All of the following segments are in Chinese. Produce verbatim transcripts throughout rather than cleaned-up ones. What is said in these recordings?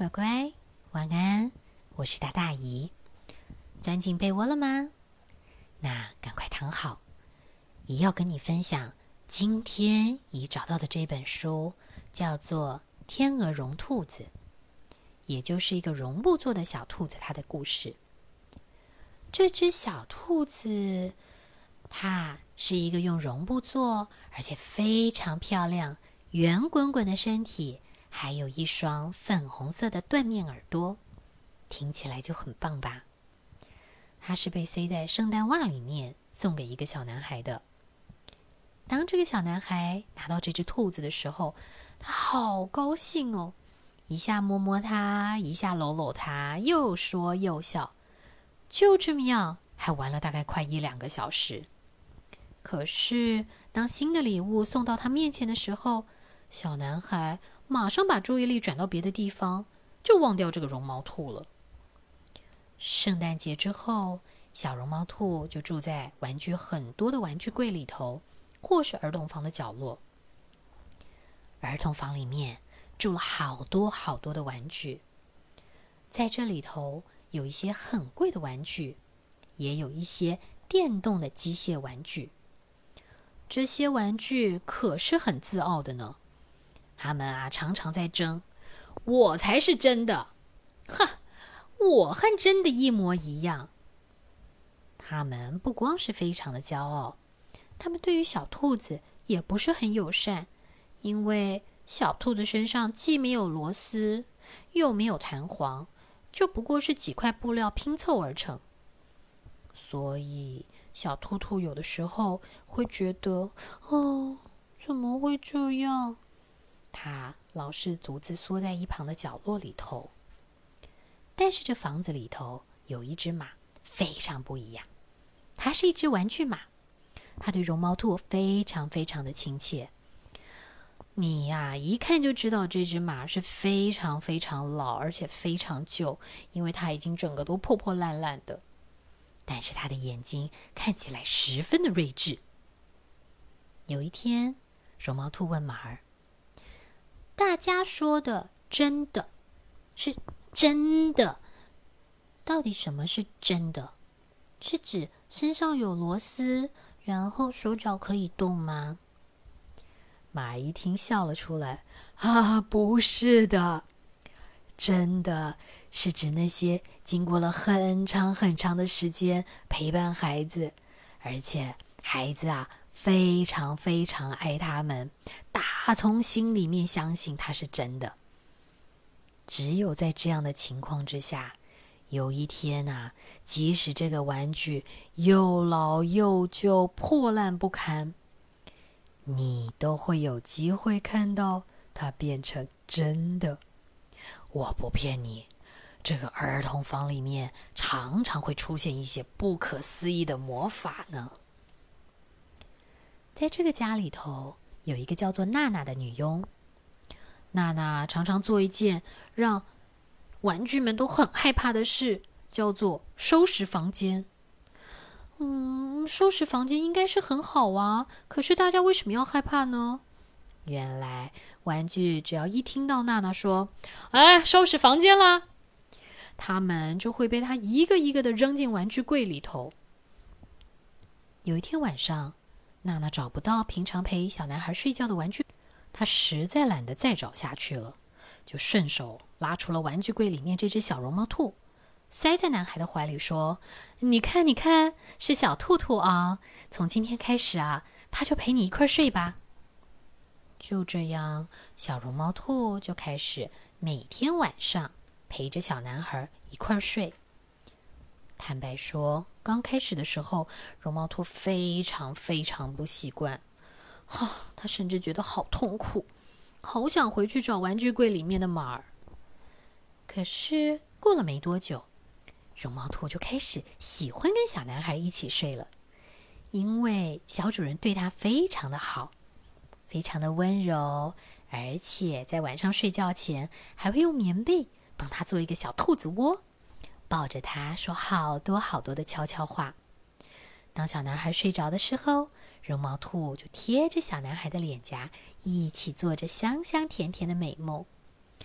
乖乖，晚安，我是大大姨。钻进被窝了吗？那赶快躺好。姨要跟你分享今天姨找到的这本书，叫做《天鹅绒兔子》，也就是一个绒布做的小兔子，它的故事。这只小兔子，它是一个用绒布做，而且非常漂亮，圆滚滚的身体，还有一双粉红色的缎面耳朵，听起来就很棒吧？它是被塞在圣诞袜里面，送给一个小男孩的。当这个小男孩拿到这只兔子的时候，他好高兴哦，一下摸摸它，一下搂搂它，又说又笑，就这么样，还玩了大概快一两个小时。可是当新的礼物送到他面前的时候，小男孩马上把注意力转到别的地方，就忘掉这个绒毛兔了。圣诞节之后，小绒毛兔就住在玩具很多的玩具柜里头，或是儿童房的角落。儿童房里面住了好多好多的玩具，在这里头有一些很贵的玩具，也有一些电动的机械玩具。这些玩具可是很自傲的呢，他们啊常常在争，我才是真的，哈，我和真的一模一样。他们不光是非常的骄傲，他们对于小兔子也不是很友善，因为小兔子身上既没有螺丝，又没有弹簧，就不过是几块布料拼凑而成。所以小兔兔有的时候会觉得，哦，怎么会这样？它老是独自缩在一旁的角落里头。但是这房子里头有一只马，非常不一样。它是一只玩具马，它对绒毛兔非常非常的亲切。你呀，一看就知道这只马是非常非常老，而且非常旧，因为它已经整个都破破烂烂的。但是它的眼睛看起来十分的睿智。有一天，绒毛兔问马儿：“大家说的真的是真的，到底什么是真的？是指身上有螺丝，然后手脚可以动吗？”马儿一听笑了出来：“啊，不是的，真的是指那些经过了很长很长的时间陪伴孩子，而且孩子啊非常非常爱他们，打从心里面相信它是真的。只有在这样的情况之下，有一天啊，即使这个玩具又老又旧，破烂不堪，你都会有机会看到它变成真的。我不骗你，这个儿童房里面常常会出现一些不可思议的魔法呢。”在这个家里头，有一个叫做娜娜的女佣。娜娜常常做一件让玩具们都很害怕的事，叫做收拾房间。嗯，收拾房间应该是很好啊，可是大家为什么要害怕呢？原来玩具只要一听到娜娜说哎，收拾房间啦，他们就会被她一个一个的扔进玩具柜里头。有一天晚上，娜娜找不到平常陪小男孩睡觉的玩具，她实在懒得再找下去了，就顺手拉出了玩具柜里面这只小绒毛兔，塞在男孩的怀里说：“你看你看，是小兔兔啊，从今天开始啊，它就陪你一块睡吧。”就这样，小绒毛兔就开始每天晚上陪着小男孩一块睡。坦白说，刚开始的时候，绒毛兔非常非常不习惯，哦，他甚至觉得好痛苦，好想回去找玩具柜里面的马儿。可是过了没多久，绒毛兔就开始喜欢跟小男孩一起睡了，因为小主人对它非常的好，非常的温柔，而且在晚上睡觉前还会用棉被帮它做一个小兔子窝，抱着它说好多好多的悄悄话。当小男孩睡着的时候，绒毛兔就贴着小男孩的脸颊，一起做着香香甜甜的美梦。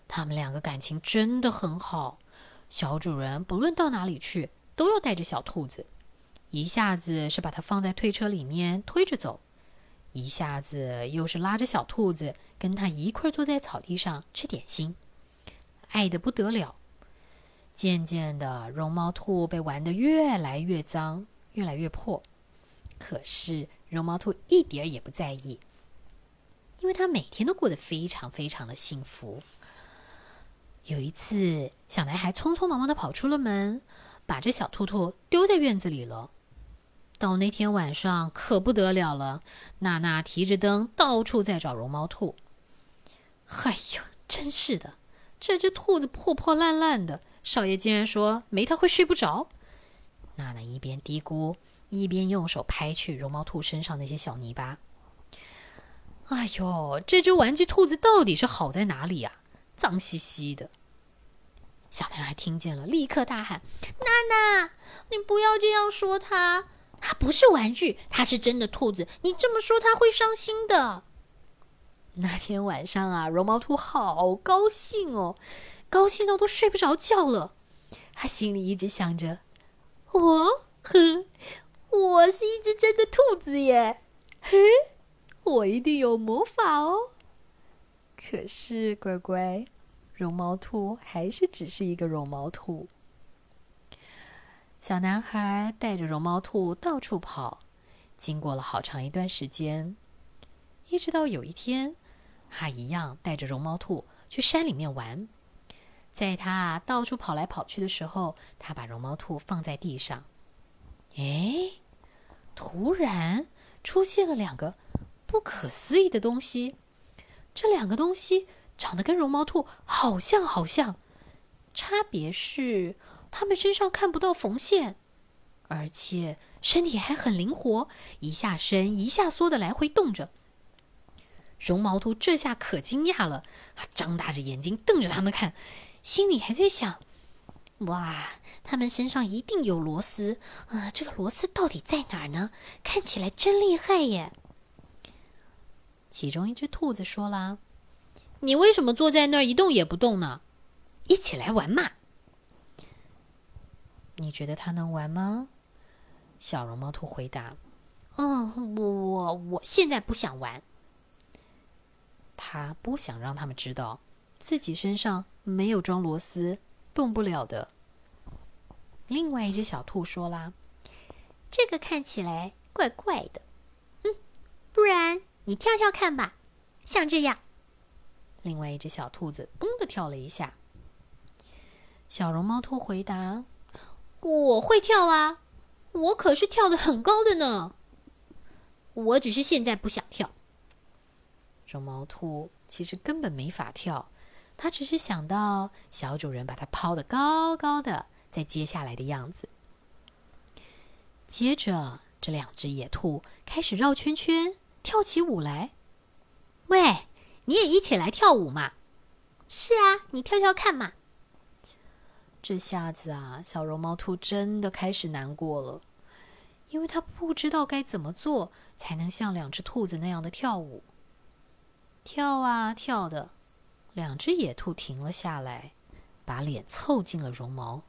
他们两个感情真的很好。小主人不论到哪里去，都要带着小兔子，一下子是把它放在推车里面推着走，一下子又是拉着小兔子跟它一块坐在草地上吃点心，爱得不得了。渐渐的，绒毛兔被玩得越来越脏，越来越破。可是绒毛兔一点也不在意，因为它每天都过得非常非常的幸福。有一次，小男孩匆匆忙忙地跑出了门，把这小兔兔丢在院子里了。到那天晚上可不得了了，娜娜提着灯到处在找绒毛兔。哎呦，真是的，这只兔子破破烂烂的，少爷竟然说没它会睡不着。娜娜一边嘀咕，一边用手拍去绒毛兔身上那些小泥巴。哎呦，这只玩具兔子到底是好在哪里啊？脏兮兮的。小男孩听见了，立刻大喊：娜娜，你不要这样说它，它不是玩具，它是真的兔子，你这么说它会伤心的。那天晚上啊，绒毛兔好高兴哦，高兴到都睡不着觉了。他心里一直想着，我呵，我是一只真的兔子耶，嘿，我一定有魔法哦。可是乖乖，绒毛兔还是只是一个绒毛兔。小男孩带着绒毛兔到处跑，经过了好长一段时间，一直到有一天，他一样带着绒毛兔去山里面玩。在他到处跑来跑去的时候，他把绒毛兔放在地上。诶，突然出现了两个不可思议的东西。这两个东西长得跟绒毛兔好像好像，差别是它们身上看不到缝线，而且身体还很灵活，一下伸一下缩的来回动着。绒毛兔这下可惊讶了，它张大着眼睛瞪着它们看，心里还在想，哇，它们身上一定有螺丝，呃，这个螺丝到底在哪儿呢？看起来真厉害耶。其中一只兔子说啦，你为什么坐在那儿一动也不动呢？一起来玩嘛。你觉得它能玩吗？小绒毛兔回答，嗯，我我我现在不想玩。他不想让他们知道自己身上没有装螺丝，动不了的。另外一只小兔说啦，这个看起来怪怪的，嗯，不然你跳跳看吧，像这样。另外一只小兔子嘣地跳了一下。小绒毛兔回答，我会跳啊，我可是跳得很高的呢。我只是现在不想跳。绒毛兔其实根本没法跳，它只是想到小主人把它抛得高高的，再接下来的样子。接着，这两只野兔开始绕圈圈，跳起舞来。喂，你也一起来跳舞嘛？是啊，你跳跳看嘛。这下子啊，小绒毛兔真的开始难过了，因为它不知道该怎么做才能像两只兔子那样的跳舞。跳啊跳的，两只野兔停了下来，把脸凑近了绒毛。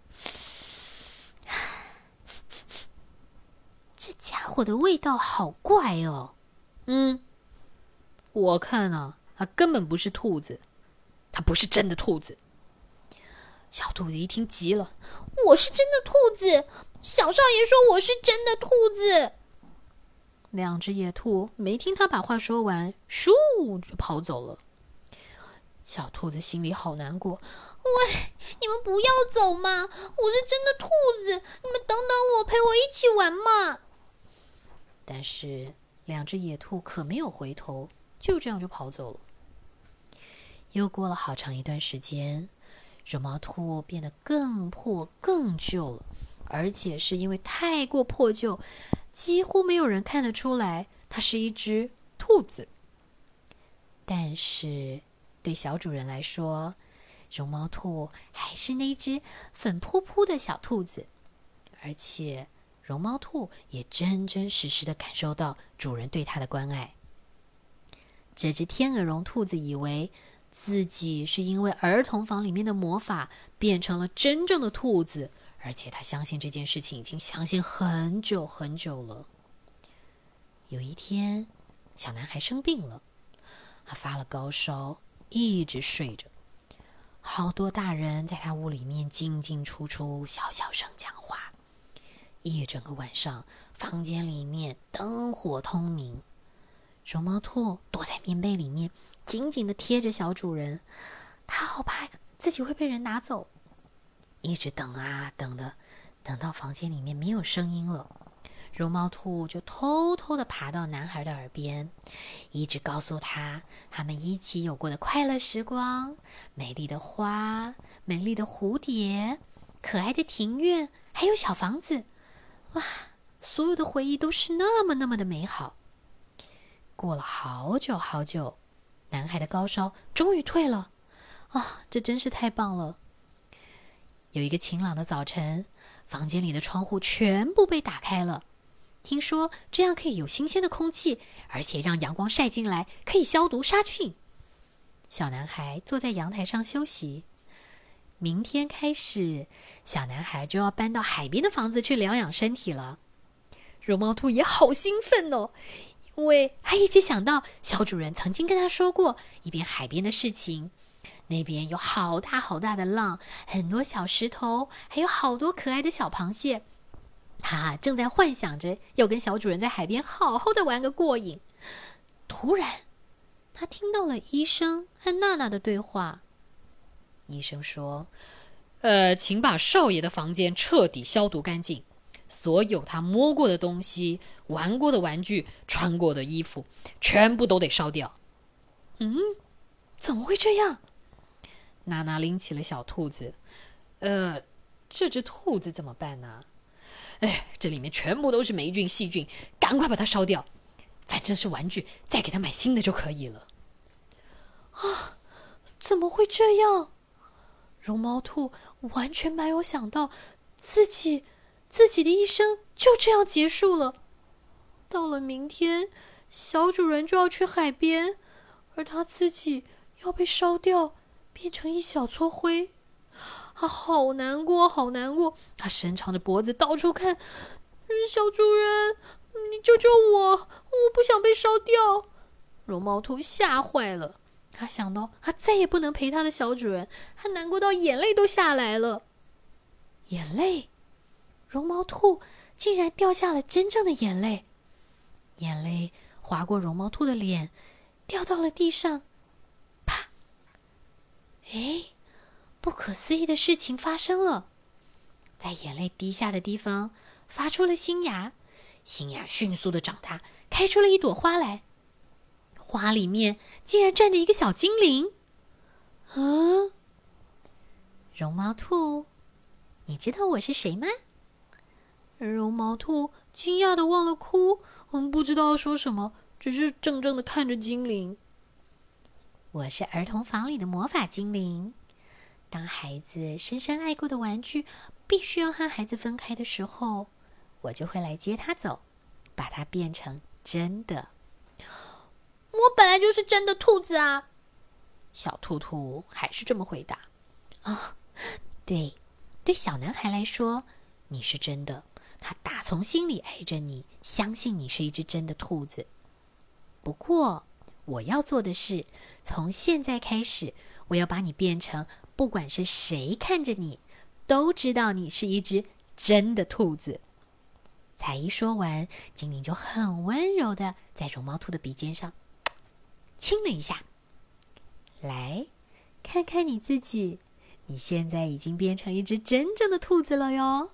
这家伙的味道好怪哦。嗯，我看啊，它根本不是兔子，它不是真的兔子。小兔子一听急了，我是真的兔子，小少爷说我是真的兔子。两只野兔没听他把话说完，咻就跑走了。小兔子心里好难过，喂，你们不要走嘛，我是真的兔子，你们等等我，陪我一起玩嘛。但是两只野兔可没有回头，就这样就跑走了。又过了好长一段时间，绒毛兔变得更破更旧了，而且是因为太过破旧，几乎没有人看得出来它是一只兔子。但是对小主人来说，绒毛兔还是那只粉扑扑的小兔子，而且绒毛兔也真真实实的感受到主人对它的关爱。这只天鹅绒兔子以为自己是因为儿童房里面的魔法变成了真正的兔子，而且他相信这件事情已经相信很久很久了。有一天，小男孩生病了，他发了高烧，一直睡着。好多大人在他屋里面进进出出，小小声讲话。一整个晚上，房间里面灯火通明。绒毛兔躲在棉被里面，紧紧地贴着小主人，他好怕自己会被人拿走。一直等啊等的，等到房间里面没有声音了，绒毛兔就偷偷地爬到男孩的耳边，一直告诉他他们一起有过的快乐时光，美丽的花，美丽的蝴蝶，可爱的庭院，还有小房子。哇，所有的回忆都是那么那么的美好。过了好久好久，男孩的高烧终于退了。啊，这真是太棒了。有一个晴朗的早晨，房间里的窗户全部被打开了。听说这样可以有新鲜的空气，而且让阳光晒进来，可以消毒杀菌。小男孩坐在阳台上休息。明天开始，小男孩就要搬到海边的房子去疗养身体了。绒毛兔也好兴奋哦，因为他一直想到小主人曾经跟他说过一边海边的事情。那边有好大好大的浪，很多小石头，还有好多可爱的小螃蟹。他正在幻想着要跟小主人在海边好好的玩个过瘾。突然，他听到了医生和娜娜的对话。医生说：呃，请把少爷的房间彻底消毒干净，所有他摸过的东西、玩过的玩具、穿过的衣服，全部都得烧掉。嗯，怎么会这样？娜娜拎起了小兔子。呃，这只兔子怎么办呢？哎，这里面全部都是霉菌细菌，赶快把它烧掉。反正是玩具，再给它买新的就可以了。啊，怎么会这样？绒毛兔完全没有想到自己自己的一生就这样结束了。到了明天，小主人就要去海边，而他自己要被烧掉，变成一小撮灰。他好难过好难过，他伸长着脖子到处看。小主人，你救救我，我不想被烧掉。绒毛兔吓坏了，他想到他再也不能陪他的小主人，他难过到眼泪都下来了。眼泪？绒毛兔竟然掉下了真正的眼泪。眼泪划过绒毛兔的脸，掉到了地上。啪！哎，不可思议的事情发生了。在眼泪滴下的地方发出了新芽，新芽迅速的长大，开出了一朵花来。花里面竟然站着一个小精灵。嗯，绒毛兔，你知道我是谁吗？绒毛兔惊讶的忘了哭，嗯，不知道要说什么，只是怔怔的看着精灵。我是儿童房里的魔法精灵。当孩子深深爱过的玩具必须要和孩子分开的时候，我就会来接他走，把它变成真的。我本来就是真的兔子啊！小兔兔还是这么回答。啊、哦，对，对小男孩来说，你是真的，他打从心里爱着你，相信你是一只真的兔子。不过，我要做的是，从现在开始，我要把你变成不管是谁看着你，都知道你是一只真的兔子。才一说完，精灵就很温柔的在绒毛兔的鼻尖上亲了一下。来，看看你自己，你现在已经变成一只真正的兔子了哟。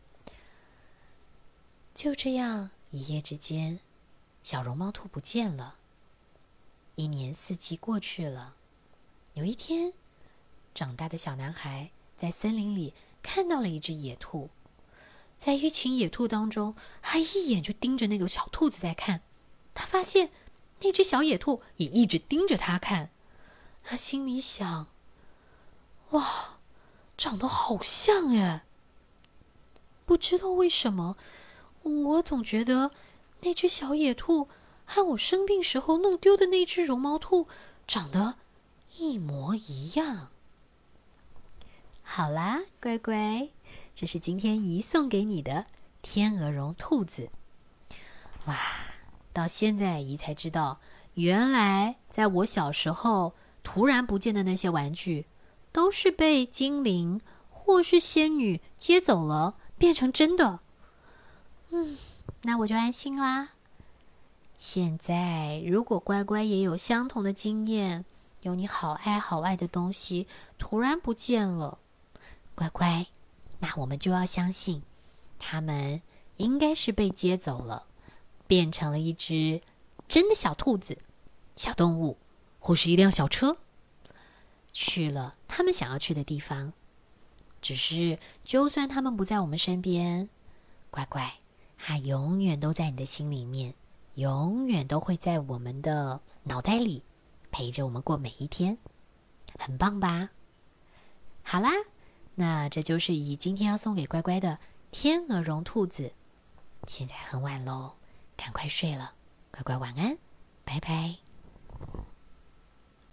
就这样，一夜之间，小绒毛兔不见了。一年四季过去了，有一天，长大的小男孩在森林里看到了一只野兔。在一群野兔当中，他一眼就盯着那个小兔子在看。他发现那只小野兔也一直盯着他看。他心里想，哇，长得好像耶。不知道为什么，我总觉得那只小野兔和我生病时候弄丢的那只绒毛兔长得一模一样。好啦，乖乖，这是今天姨送给你的天鹅绒兔子。哇，到现在姨才知道，原来在我小时候突然不见的那些玩具，都是被精灵或是仙女接走了，变成真的。嗯，那我就安心啦。现在如果乖乖也有相同的经验，有你好爱好爱的东西突然不见了，乖乖，那我们就要相信，他们应该是被接走了，变成了一只真的小兔子、小动物，或是一辆小车，去了他们想要去的地方。只是，就算他们不在我们身边，乖乖，他永远都在你的心里面，永远都会在我们的脑袋里陪着我们过每一天，很棒吧？好啦，那这就是姨今天要送给乖乖的天鹅绒兔子。现在很晚喽，赶快睡了，乖乖晚安，拜拜。